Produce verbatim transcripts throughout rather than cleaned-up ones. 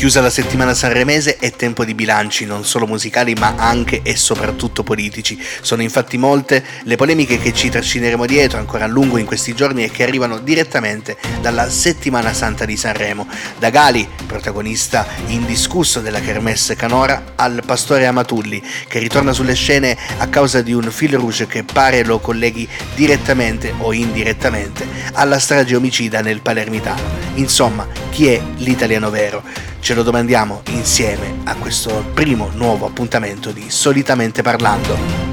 Chiusa la settimana sanremese, è tempo di bilanci non solo musicali ma anche e soprattutto politici. Sono infatti molte le polemiche che ci trascineremo dietro ancora a lungo in questi giorni e che arrivano direttamente dalla settimana santa di Sanremo. Da Gali, protagonista indiscusso della Kermesse canora, al pastore Amatulli, che ritorna sulle scene a causa di un fil rouge che pare lo colleghi direttamente o indirettamente alla strage omicida nel Palermitano. Insomma, chi è l'italiano vero? Ce lo domandiamo insieme a questo primo nuovo appuntamento di Solitamente Parlando.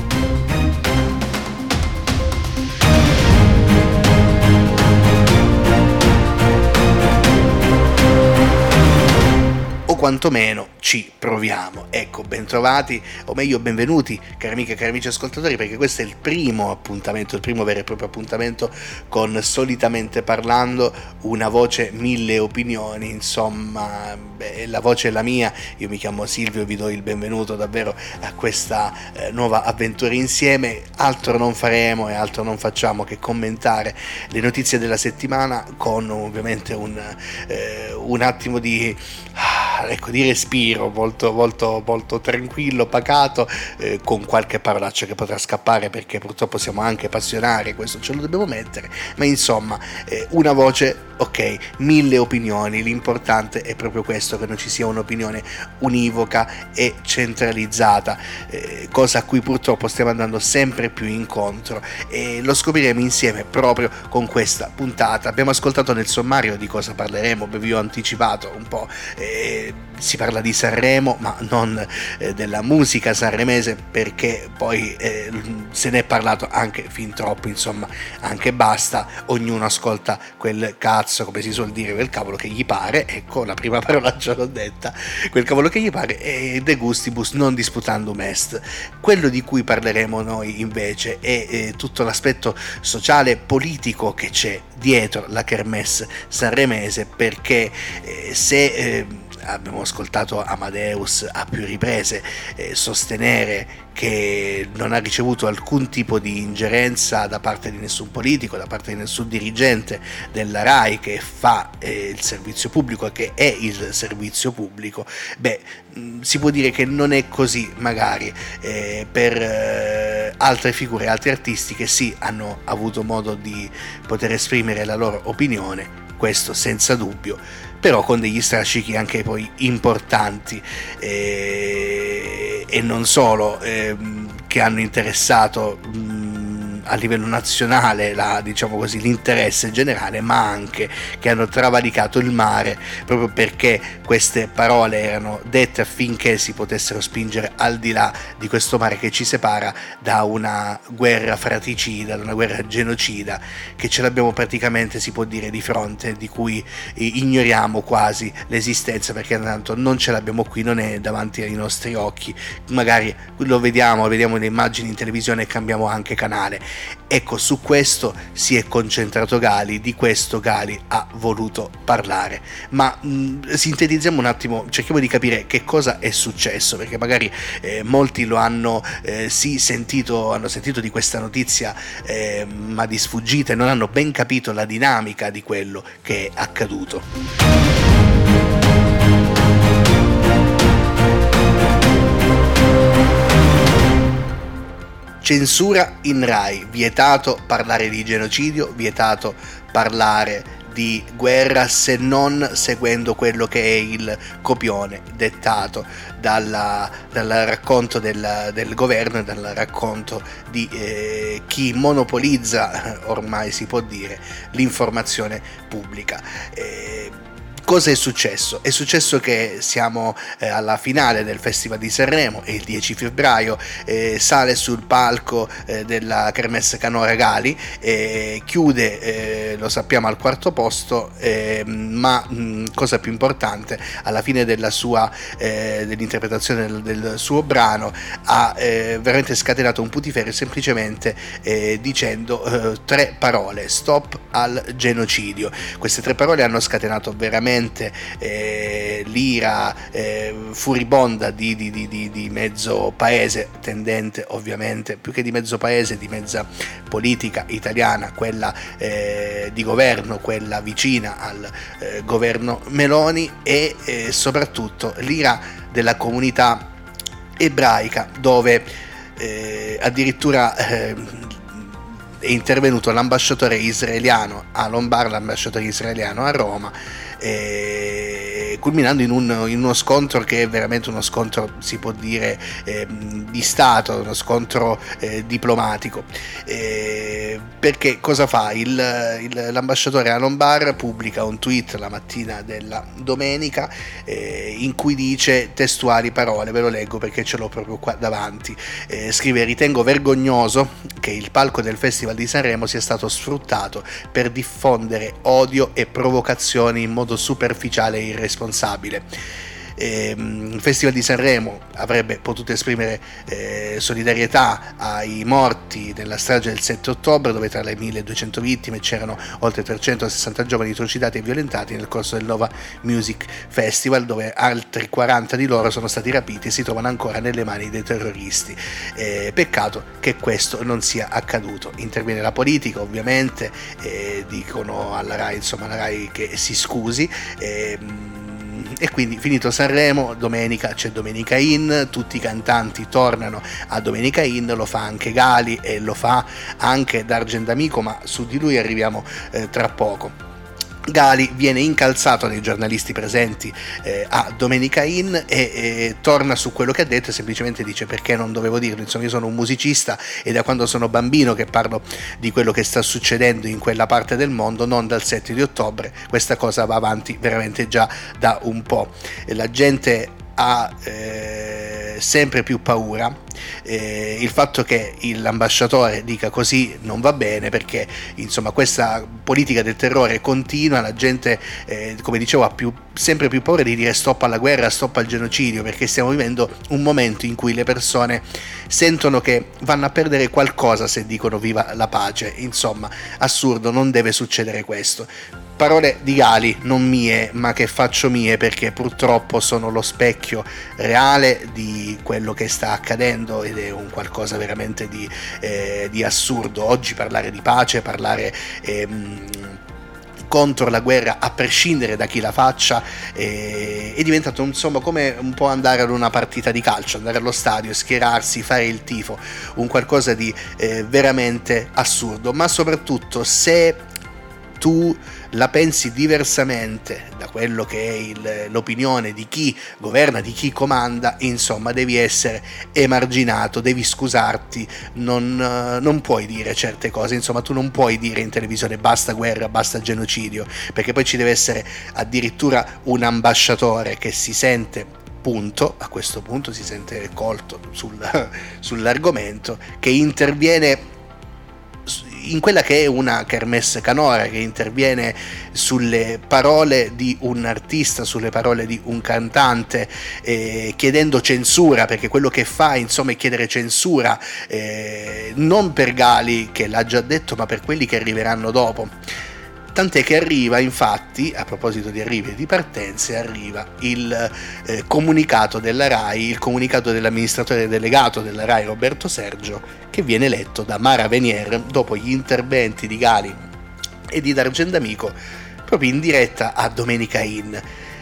Quantomeno ci proviamo. Ecco, bentrovati, o meglio benvenuti, cari amiche e cari amici ascoltatori, perché questo è il primo appuntamento, il primo vero e proprio appuntamento con Solitamente Parlando, una voce, mille opinioni, insomma, beh, la voce è la mia, io mi chiamo Silvio e vi do il benvenuto davvero a questa eh, nuova avventura insieme. Altro non faremo e altro non facciamo che commentare le notizie della settimana con ovviamente un, eh, un attimo di... ecco, di respiro molto, molto, molto tranquillo, pacato, eh, con qualche parolaccia che potrà scappare perché purtroppo siamo anche passionari, questo ce lo dobbiamo mettere, ma insomma eh, una voce, ok, mille opinioni, l'importante è proprio questo, che non ci sia un'opinione univoca e centralizzata, eh, cosa a cui purtroppo stiamo andando sempre più incontro e lo scopriremo insieme proprio con questa puntata. Abbiamo ascoltato nel sommario di cosa parleremo, vi ho anticipato un po', eh, si parla di Sanremo ma non eh, della musica sanremese, perché poi eh, se ne è parlato anche fin troppo, insomma anche basta, ognuno ascolta quel cazzo, come si suol dire, quel cavolo che gli pare, ecco la prima parola già l'ho detta, quel cavolo che gli pare, e de gustibus non disputandum est. Quello di cui parleremo noi invece è eh, tutto l'aspetto sociale politico che c'è dietro la kermesse sanremese, perché eh, se eh, abbiamo ascoltato Amadeus a più riprese eh, sostenere che non ha ricevuto alcun tipo di ingerenza da parte di nessun politico, da parte di nessun dirigente della RAI che fa eh, il servizio pubblico, che è il servizio pubblico. Beh, mh, si può dire che non è così magari eh, per eh, altre figure, altri artisti che sì hanno avuto modo di poter esprimere la loro opinione, questo senza dubbio, però con degli strascichi anche poi importanti eh, e non solo, eh, che hanno interessato mh, a livello nazionale la, diciamo così, l'interesse generale, ma anche che hanno travalicato il mare proprio perché queste parole erano dette affinché si potessero spingere al di là di questo mare che ci separa da una guerra fratricida, da una guerra genocida che ce l'abbiamo praticamente, si può dire, di fronte, di cui ignoriamo quasi l'esistenza perché tanto non ce l'abbiamo qui, non è davanti ai nostri occhi, magari lo vediamo, lo vediamo le immagini in televisione e cambiamo anche canale. Ecco, su questo si è concentrato Gali, di questo Gali ha voluto parlare, ma mh, sintetizziamo un attimo, cerchiamo di capire che cosa è successo, perché magari eh, molti lo hanno eh, sì sentito, hanno sentito di questa notizia eh, ma di sfuggita e non hanno ben capito la dinamica di quello che è accaduto. Censura in RAI, vietato parlare di genocidio, vietato parlare di guerra se non seguendo quello che è il copione dettato dalla, dal racconto del, del governo e dal racconto di eh, chi monopolizza, ormai si può dire, l'informazione pubblica. Eh, Cosa è successo? È successo che siamo eh, alla finale del Festival di Sanremo e il dieci febbraio eh, sale sul palco eh, della Kermesse Canora Gali, eh, chiude, eh, lo sappiamo, al quarto posto, eh, ma mh, cosa più importante, alla fine della sua eh, dell'interpretazione del, del suo brano ha eh, veramente scatenato un putiferio semplicemente eh, dicendo eh, tre parole: stop al genocidio. Queste tre parole hanno scatenato veramente ovviamente eh, l'ira eh, furibonda di, di, di, di mezzo paese, tendente ovviamente più che di mezzo paese, di mezza politica italiana, quella eh, di governo, quella vicina al eh, governo Meloni, e eh, soprattutto l'ira della comunità ebraica, dove eh, addirittura eh, è intervenuto l'ambasciatore israeliano a Lombard, l'ambasciatore israeliano a Roma, eh, culminando in, un, in uno scontro che è veramente uno scontro, si può dire, eh, di Stato, uno scontro eh, diplomatico. Eh, perché cosa fa? Il, il, l'ambasciatore a Lombard pubblica un tweet la mattina della domenica eh, in cui dice testuali parole, ve lo leggo perché ce l'ho proprio qua davanti. Eh, scrive: ritengo vergognoso che il palco del Festival di Sanremo sia stato sfruttato per diffondere odio e provocazioni in modo superficiale e irresponsabile. Il Festival di Sanremo avrebbe potuto esprimere eh, solidarietà ai morti nella strage del sette ottobre, dove tra le milleduecento vittime c'erano oltre trecentosessanta giovani trucidati e violentati nel corso del Nova Music Festival, dove altri quaranta di loro sono stati rapiti e si trovano ancora nelle mani dei terroristi. Eh, peccato che questo non sia accaduto. Interviene la politica, ovviamente, eh, dicono alla Rai, insomma, la Rai che si scusi. Eh, E quindi, finito Sanremo, domenica c'è Domenica In, tutti i cantanti tornano a Domenica In, lo fa anche Gali e lo fa anche D'Argent Amico, ma su di lui arriviamo eh, tra poco. Gali viene incalzato dai giornalisti presenti eh, a Domenica In e eh, torna su quello che ha detto, e semplicemente dice: perché non dovevo dirlo, insomma io sono un musicista e da quando sono bambino che parlo di quello che sta succedendo in quella parte del mondo, non dal sette di ottobre, questa cosa va avanti veramente già da un po'. La gente ha eh, sempre più paura. Eh, il fatto che l'ambasciatore dica così non va bene, perché insomma questa politica del terrore continua, la gente eh, come dicevo ha più, sempre più paura di dire stop alla guerra, stop al genocidio, perché stiamo vivendo un momento in cui le persone sentono che vanno a perdere qualcosa se dicono viva la pace. Insomma, assurdo, non deve succedere questo. Parole di Gali, non mie, ma che faccio mie, perché purtroppo sono lo specchio reale di quello che sta accadendo, ed è un qualcosa veramente di, eh, di assurdo. Oggi parlare di pace, parlare ehm, contro la guerra, a prescindere da chi la faccia, eh, è diventato insomma come un po' andare ad una partita di calcio, andare allo stadio, schierarsi, fare il tifo, un qualcosa di eh, veramente assurdo. Ma soprattutto, se tu la pensi diversamente da quello che è il, l'opinione di chi governa, di chi comanda, insomma devi essere emarginato, devi scusarti, non, non puoi dire certe cose, insomma tu non puoi dire in televisione basta guerra, basta genocidio, perché poi ci deve essere addirittura un ambasciatore che si sente, punto, a questo punto si sente colto sul, sull'argomento, che interviene in quella che è una kermesse canora, che interviene sulle parole di un artista, sulle parole di un cantante, eh, chiedendo censura, perché quello che fa insomma è chiedere censura, eh, non per Gali che l'ha già detto, ma per quelli che arriveranno dopo. Tant'è che arriva, infatti, a proposito di arrivi e di partenze, arriva il eh, comunicato della Rai, il comunicato dell'amministratore delegato della Rai, Roberto Sergio, che viene letto da Mara Venier dopo gli interventi di Gali e di D'Argent Amico, proprio in diretta a Domenica In.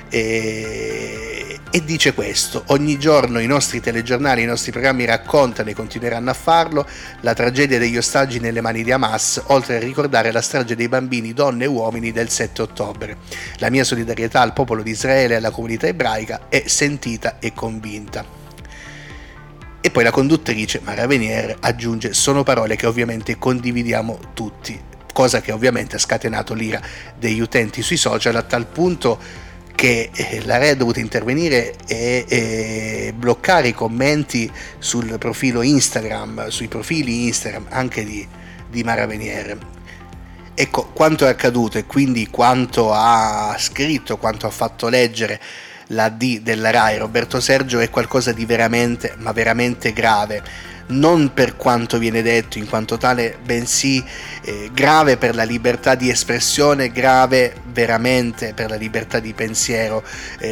E, e dice questo: ogni giorno i nostri telegiornali, i nostri programmi raccontano e continueranno a farlo la tragedia degli ostaggi nelle mani di Hamas, oltre a ricordare la strage dei bambini, donne e uomini del sette ottobre. La mia solidarietà al popolo di Israele e alla comunità ebraica è sentita e convinta. E poi la conduttrice Mara Venier aggiunge: sono parole che ovviamente condividiamo tutti, cosa che ovviamente ha scatenato l'ira degli utenti sui social, a tal punto che la Rai ha dovuto intervenire e, e bloccare i commenti sul profilo Instagram, sui profili Instagram anche di, di Mara Venier. Ecco quanto è accaduto e quindi quanto ha scritto, quanto ha fatto leggere la D della Rai, Roberto Sergio, è qualcosa di veramente, ma veramente grave. non per quanto viene detto in quanto tale, bensì eh, grave per la libertà di espressione, grave veramente per la libertà di pensiero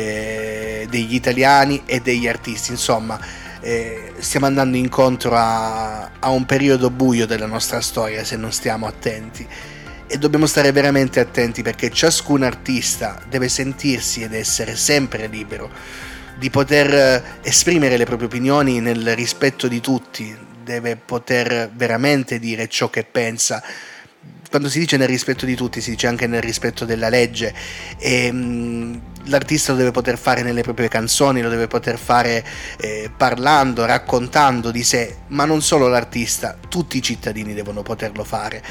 eh, degli italiani e degli artisti. Insomma, eh, stiamo andando incontro a, a un periodo buio della nostra storia se non stiamo attenti. E dobbiamo stare veramente attenti, perché ciascun artista deve sentirsi ed essere sempre libero di poter esprimere le proprie opinioni nel rispetto di tutti, deve poter veramente dire ciò che pensa. Quando si dice nel rispetto di tutti, si dice anche nel rispetto della legge, e mh, l'artista lo deve poter fare nelle proprie canzoni, lo deve poter fare eh, parlando, raccontando di sé, ma non solo l'artista, tutti i cittadini devono poterlo fare.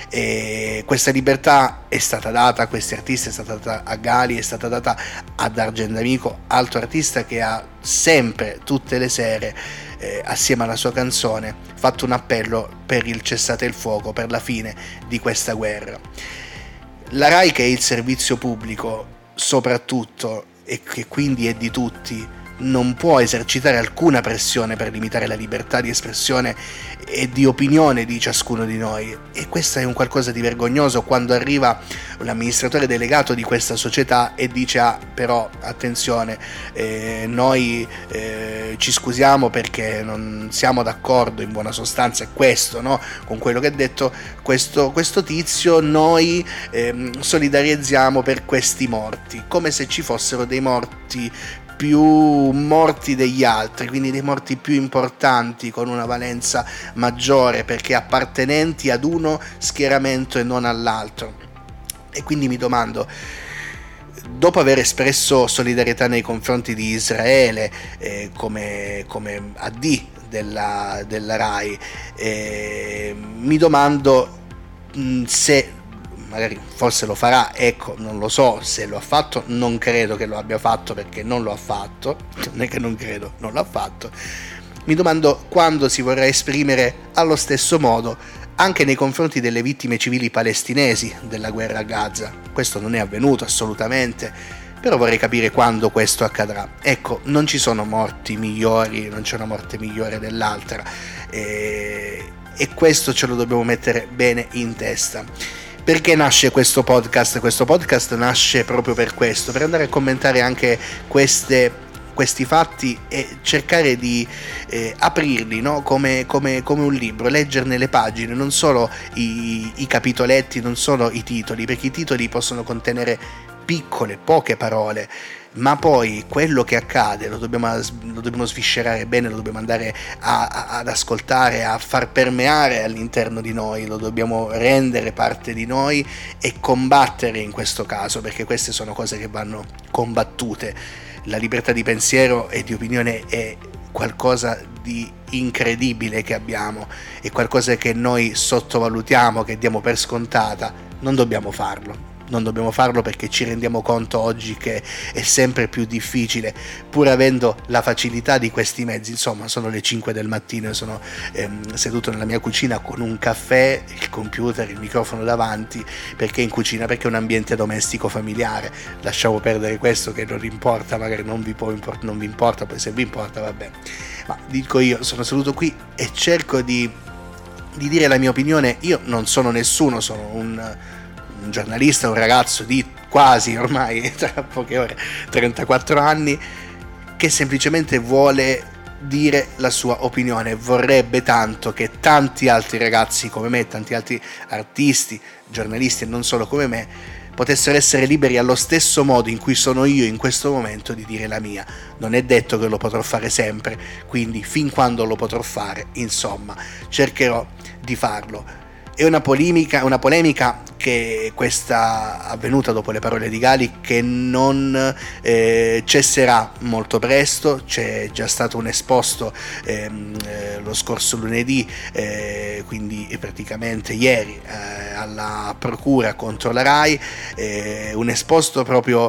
E questa libertà è stata data a questi artisti, è stata data a Gali, è stata data ad Argent Amico, altro artista che ha sempre, tutte le sere, eh, assieme alla sua canzone, fatto un appello per il cessate il fuoco, per la fine di questa guerra. La RAI, che è il servizio pubblico soprattutto e che quindi è di tutti, non può esercitare alcuna pressione per limitare la libertà di espressione e di opinione di ciascuno di noi, e questo è un qualcosa di vergognoso quando arriva un amministratore delegato di questa società e dice ah però attenzione, eh, noi eh, ci scusiamo perché non siamo d'accordo, in buona sostanza è questo, no? Con quello che ha detto questo, questo tizio, noi eh, solidarizziamo per questi morti, come se ci fossero dei morti più morti degli altri, quindi dei morti più importanti con una valenza maggiore perché appartenenti ad uno schieramento e non all'altro. E quindi mi domando, dopo aver espresso solidarietà nei confronti di Israele eh, come, come A D della, della RAI, eh, mi domando mh, se magari forse lo farà, ecco, non lo so se lo ha fatto, non credo che lo abbia fatto perché non lo ha fatto, non è che non credo, non l'ha fatto. Mi domando quando si vorrà esprimere allo stesso modo anche nei confronti delle vittime civili palestinesi della guerra a Gaza. Questo non è avvenuto assolutamente, però vorrei capire quando questo accadrà. Ecco, non ci sono morti migliori, non c'è una morte migliore dell'altra, e, e questo ce lo dobbiamo mettere bene in testa. Perché nasce questo podcast? Questo podcast nasce proprio per questo, per andare a commentare anche queste, questi fatti e cercare di eh, aprirli, no? come, come, come un libro, leggerne le pagine, non solo i, i capitoletti, non solo i titoli, perché i titoli possono contenere piccole, poche parole, ma poi quello che accade lo dobbiamo, lo dobbiamo sviscerare bene, lo dobbiamo andare a, a, ad ascoltare, a far permeare all'interno di noi, lo dobbiamo rendere parte di noi e combattere in questo caso, perché queste sono cose che vanno combattute. La libertà di pensiero e di opinione è qualcosa di incredibile che abbiamo, è qualcosa che noi sottovalutiamo, che diamo per scontata. Non dobbiamo farlo. Non dobbiamo farlo perché ci rendiamo conto oggi che è sempre più difficile, pur avendo la facilità di questi mezzi. Insomma, sono le cinque del mattino e sono ehm, seduto nella mia cucina con un caffè, il computer, il microfono davanti. Perché in cucina? Perché è un ambiente domestico familiare. Lasciamo perdere questo che non importa, magari non vi, può import- non vi importa, poi se vi importa vabbè. Ma dico io, sono seduto qui e cerco di, di dire la mia opinione. Io non sono nessuno, sono un... un giornalista, un ragazzo di quasi ormai tra poche ore trentaquattro anni, che semplicemente vuole dire la sua opinione. Vorrebbe tanto che tanti altri ragazzi come me, tanti altri artisti, giornalisti e non solo come me, potessero essere liberi allo stesso modo in cui sono io in questo momento di dire la mia. Non è detto che lo potrò fare sempre, quindi fin quando lo potrò fare, insomma, cercherò di farlo. È una polemica, una polemica che questa avvenuta dopo le parole di Gali, che non eh, cesserà molto presto. C'è già stato un esposto ehm, eh, lo scorso lunedì, eh, quindi praticamente ieri, eh, alla procura contro la RAI, eh, un esposto proprio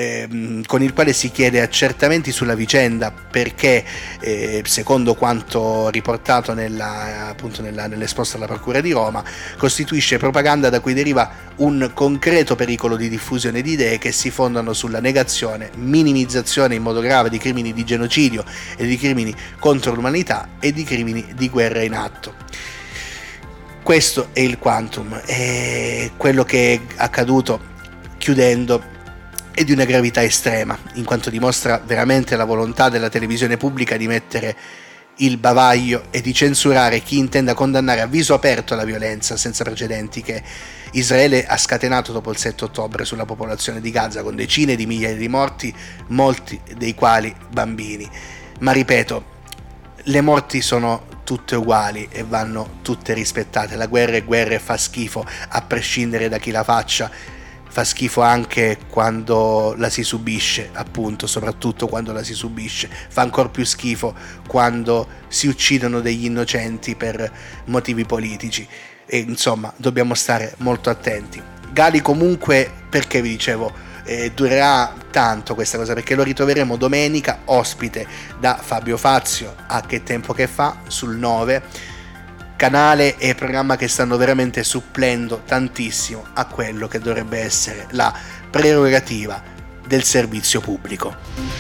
eh, con il quale si chiede accertamenti sulla vicenda, perché eh, secondo quanto riportato nella, appunto nella, nell'esposto alla procura di Roma, costituisce propaganda da cui deriva addirittura un concreto pericolo di diffusione di idee che si fondano sulla negazione, minimizzazione in modo grave di crimini di genocidio e di crimini contro l'umanità e di crimini di guerra in atto. Questo è il quantum, e quello che è accaduto, chiudendo, è di una gravità estrema, in quanto dimostra veramente la volontà della televisione pubblica di mettere il bavaglio e di censurare chi intenda condannare a viso aperto la violenza senza precedenti che Israele ha scatenato dopo il sette ottobre sulla popolazione di Gaza, con decine di migliaia di morti, molti dei quali bambini. Ma ripeto, le morti sono tutte uguali e vanno tutte rispettate. La guerra è guerra e fa schifo a prescindere da chi la faccia. Fa schifo anche quando la si subisce, appunto, soprattutto quando la si subisce. Fa ancora più schifo quando si uccidono degli innocenti per motivi politici. E insomma, dobbiamo stare molto attenti. Gali comunque, perché vi dicevo, eh, durerà tanto questa cosa, perché lo ritroveremo domenica ospite da Fabio Fazio a Che tempo che fa sul nove, canale e programma che stanno veramente supplendo tantissimo a quello che dovrebbe essere la prerogativa del servizio pubblico.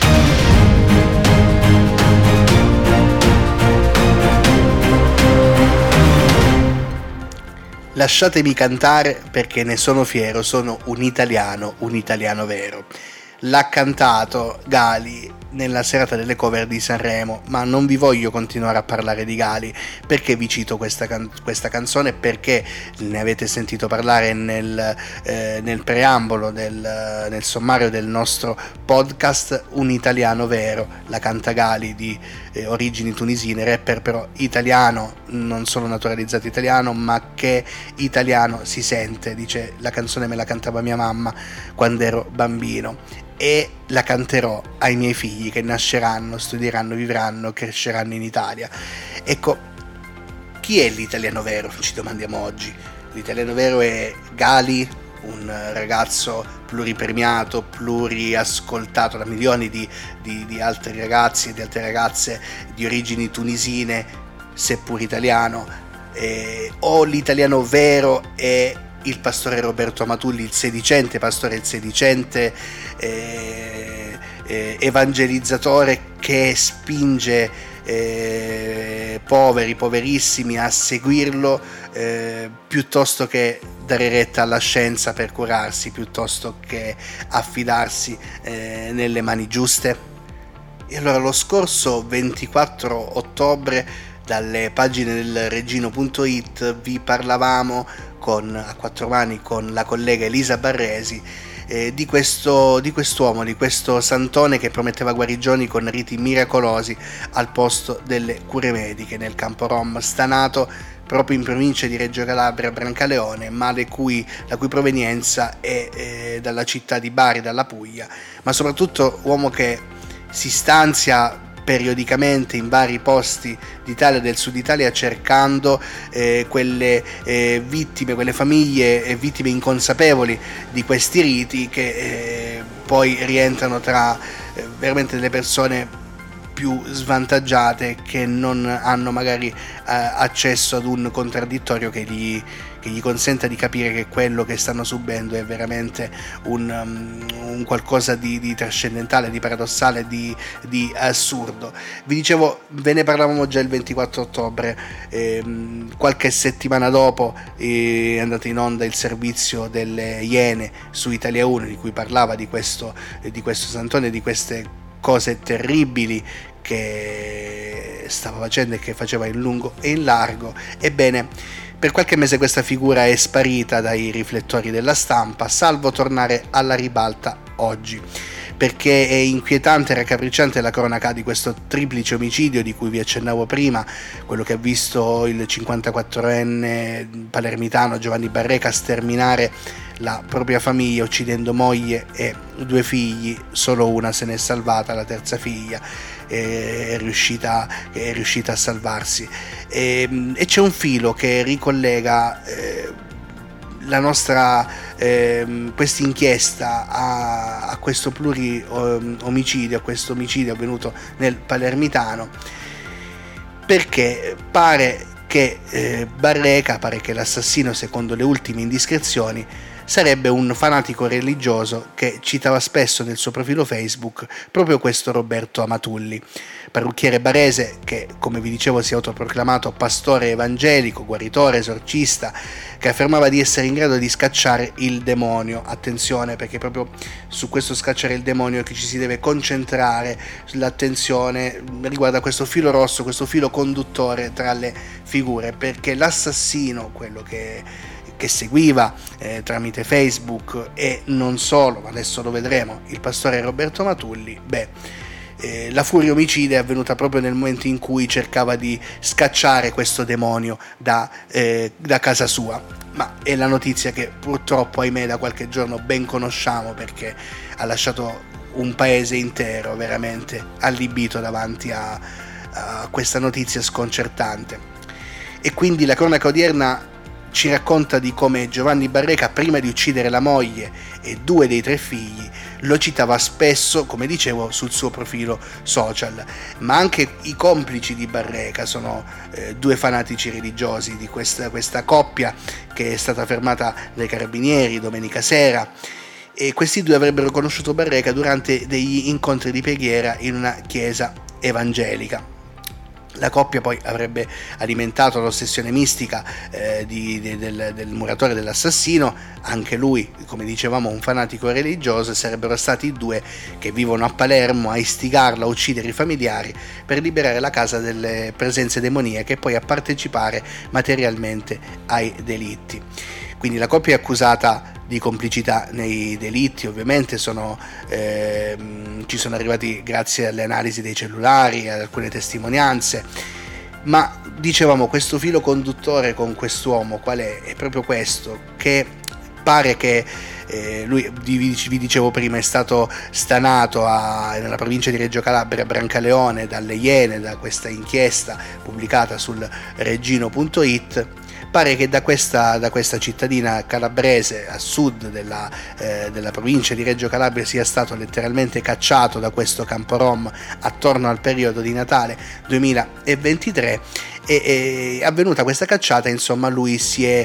Lasciatemi cantare perché ne sono fiero, sono un italiano, un italiano vero. L'ha cantato Gali nella serata delle cover di Sanremo, ma non vi voglio continuare a parlare di Gali. Perché vi cito questa, can- questa canzone? Perché ne avete sentito parlare nel, eh, nel preambolo, del, nel sommario del nostro podcast. Un italiano vero, la canta Gali, di eh, origini tunisine, rapper però italiano, non solo naturalizzato italiano, ma che italiano si sente. Dice: la canzone me la cantava mia mamma quando ero bambino e la canterò ai miei figli che nasceranno, studieranno, vivranno, cresceranno in Italia. Ecco, chi è l'italiano vero? Ci domandiamo oggi. L'italiano vero è Gali, un ragazzo pluripremiato, pluriascoltato da milioni di, di, di altri ragazzi e di altre ragazze di origini tunisine, seppur italiano, eh, o l'italiano vero è il pastore Roberto Amatulli, il sedicente pastore, il sedicente eh, eh, evangelizzatore che spinge eh, poveri, poverissimi a seguirlo eh, piuttosto che dare retta alla scienza per curarsi, piuttosto che affidarsi eh, nelle mani giuste. E allora lo scorso ventiquattro ottobre dalle pagine del Regino punto it vi parlavamo con, a quattro mani con la collega Elisa Barresi eh, di, questo, di quest'uomo, di questo santone che prometteva guarigioni con riti miracolosi al posto delle cure mediche nel campo Rom, stanato proprio in provincia di Reggio Calabria, Brancaleone, ma le cui, la cui provenienza è eh, dalla città di Bari, dalla Puglia, ma soprattutto uomo che si stanzia periodicamente in vari posti d'Italia e del sud Italia cercando eh, quelle eh, vittime, quelle famiglie e vittime inconsapevoli di questi riti che eh, poi rientrano tra eh, veramente delle persone più svantaggiate che non hanno magari eh, accesso ad un contraddittorio che gli, che gli consenta di capire che quello che stanno subendo è veramente un, um, un qualcosa di, di trascendentale, di paradossale, di, di assurdo. Vi dicevo, ve ne parlavamo già il ventiquattro ottobre, ehm, qualche settimana dopo è andato in onda il servizio delle Iene su Italia uno, di cui parlava di questo, di questo santone, di queste cose terribili che stava facendo e che faceva in lungo e in largo. Ebbene, per qualche mese questa figura è sparita dai riflettori della stampa, salvo tornare alla ribalta oggi, perché è inquietante e raccapricciante la cronaca di questo triplice omicidio di cui vi accennavo prima, quello che ha visto il cinquantaquattrenne palermitano Giovanni Barreca sterminare la propria famiglia uccidendo moglie e due figli. Solo una se n'è salvata, la terza figlia è riuscita, è riuscita a salvarsi, e, e c'è un filo che ricollega eh, la nostra eh, questa inchiesta a, a questo pluri omicidio, a questo omicidio avvenuto nel palermitano, perché pare che eh, Barreca, pare che l'assassino, secondo le ultime indiscrezioni, sarebbe un fanatico religioso che citava spesso nel suo profilo Facebook proprio questo Roberto Amatulli, parrucchiere barese che, come vi dicevo, si è autoproclamato pastore evangelico, guaritore, esorcista, che affermava di essere in grado di scacciare il demonio. Attenzione, perché proprio su questo scacciare il demonio che ci si deve concentrare l'attenzione riguardo a questo filo rosso, questo filo conduttore tra le figure, perché l'assassino, quello che che seguiva eh, tramite Facebook, e non solo, ma adesso lo vedremo, il pastore Roberto Amatulli, beh, eh, la furia omicida è avvenuta proprio nel momento in cui cercava di scacciare questo demonio da, eh, da casa sua. Ma è la notizia che purtroppo, ahimè, da qualche giorno ben conosciamo, perché ha lasciato un paese intero veramente allibito davanti a, a questa notizia sconcertante. E quindi la cronaca odierna ci racconta di come Giovanni Barreca, prima di uccidere la moglie e due dei tre figli, lo citava spesso, come dicevo, sul suo profilo social. Ma anche i complici di Barreca sono eh, due fanatici religiosi di questa, questa coppia che è stata fermata dai carabinieri domenica sera, e questi due avrebbero conosciuto Barreca durante degli incontri di preghiera in una chiesa evangelica. La coppia poi avrebbe alimentato l'ossessione mistica eh, di, di, del, del muratore dell'assassino, anche lui, come dicevamo, un fanatico religioso, e sarebbero stati i due che vivono a Palermo a istigarlo a uccidere i familiari per liberare la casa dalle presenze demoniache e poi a partecipare materialmente ai delitti. Quindi la coppia è accusata di complicità nei delitti, ovviamente sono, ehm, ci sono arrivati grazie alle analisi dei cellulari, ad alcune testimonianze, ma dicevamo, questo filo conduttore con quest'uomo qual è? È proprio questo, che pare che eh, lui, vi dicevo prima, è stato stanato a, nella provincia di Reggio Calabria, a Brancaleone, dalle Iene, da questa inchiesta pubblicata sul Reggino punto it. Pare che da questa, da questa cittadina calabrese a sud della, eh, della provincia di Reggio Calabria sia stato letteralmente cacciato da questo campo rom attorno al periodo di Natale duemilaventitré, e è avvenuta questa cacciata, insomma lui si è,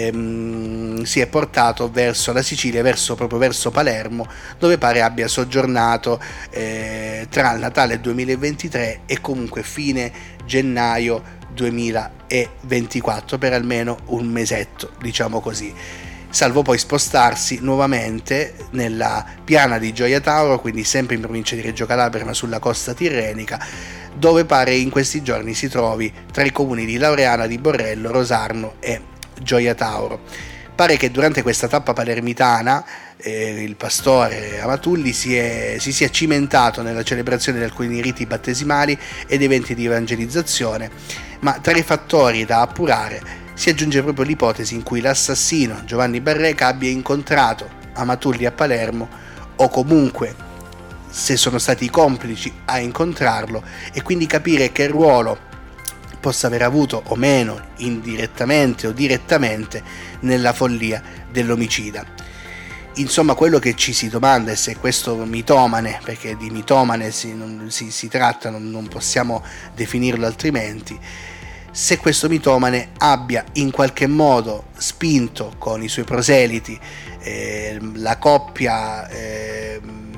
ehm, si è portato verso la Sicilia, verso, proprio verso Palermo, dove pare abbia soggiornato eh, tra il Natale duemilaventitré e comunque fine gennaio duemilaventiquattro, per almeno un mesetto, diciamo così, salvo poi spostarsi nuovamente nella piana di Gioia Tauro, quindi sempre in provincia di Reggio Calabria ma sulla costa tirrenica, dove pare in questi giorni si trovi tra i comuni di Laureana di Borrello, Rosarno e Gioia Tauro. Pare che durante questa tappa palermitana eh, il pastore Amatulli si, è, si sia cimentato nella celebrazione di alcuni riti battesimali ed eventi di evangelizzazione, ma tra i fattori da appurare si aggiunge proprio l'ipotesi in cui l'assassino Giovanni Barreca abbia incontrato Amatulli a Palermo, o comunque, se sono stati i complici a incontrarlo, e quindi capire che ruolo possa aver avuto o meno, indirettamente o direttamente, nella follia dell'omicida. Insomma, quello che ci si domanda è se questo mitomane, perché di mitomane si, non, si, si tratta, non, non possiamo definirlo altrimenti, se questo mitomane abbia in qualche modo spinto con i suoi proseliti eh, la coppia, eh,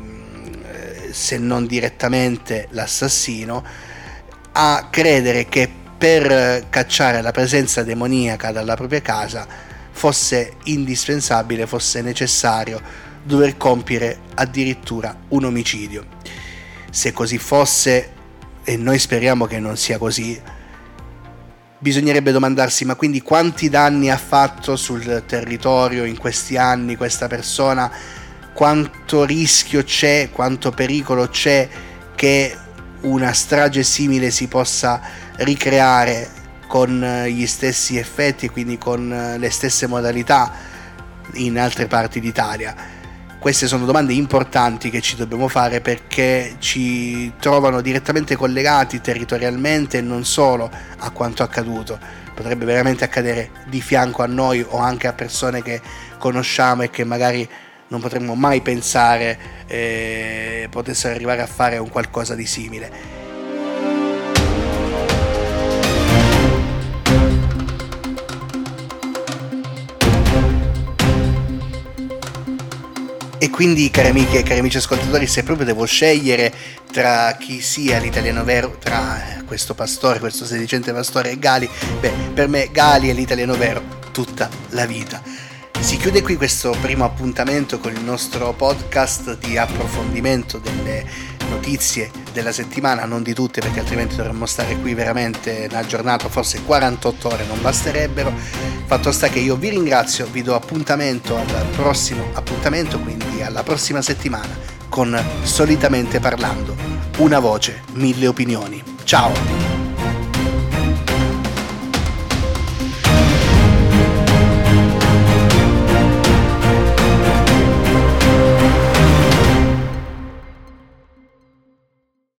se non direttamente l'assassino, a credere che per cacciare la presenza demoniaca dalla propria casa fosse indispensabile, fosse necessario dover compiere addirittura un omicidio. Se così fosse, e noi speriamo che non sia così, bisognerebbe domandarsi: ma quindi quanti danni ha fatto sul territorio in questi anni questa persona? Quanto rischio c'è, quanto pericolo c'è che una strage simile si possa ricreare con gli stessi effetti, quindi con le stesse modalità in altre parti d'Italia? Queste sono domande importanti che ci dobbiamo fare, perché ci trovano direttamente collegati territorialmente e non solo a quanto accaduto. Potrebbe veramente accadere di fianco a noi o anche a persone che conosciamo e che magari non potremmo mai pensare eh, potessero arrivare a fare un qualcosa di simile. quindi cari amiche e cari amici ascoltatori, se proprio devo scegliere tra chi sia l'italiano vero, tra questo pastore, questo sedicente pastore e Gali, beh, per me Gali è l'italiano vero tutta la vita. Si chiude qui questo primo appuntamento con il nostro podcast di approfondimento delle notizie della settimana, non di tutte perché altrimenti dovremmo stare qui veramente una giornata, forse quarantotto ore non basterebbero. Fatto sta che io vi ringrazio, vi do appuntamento al prossimo appuntamento, quindi alla prossima settimana con Solitamente Parlando, una voce, mille opinioni. Ciao!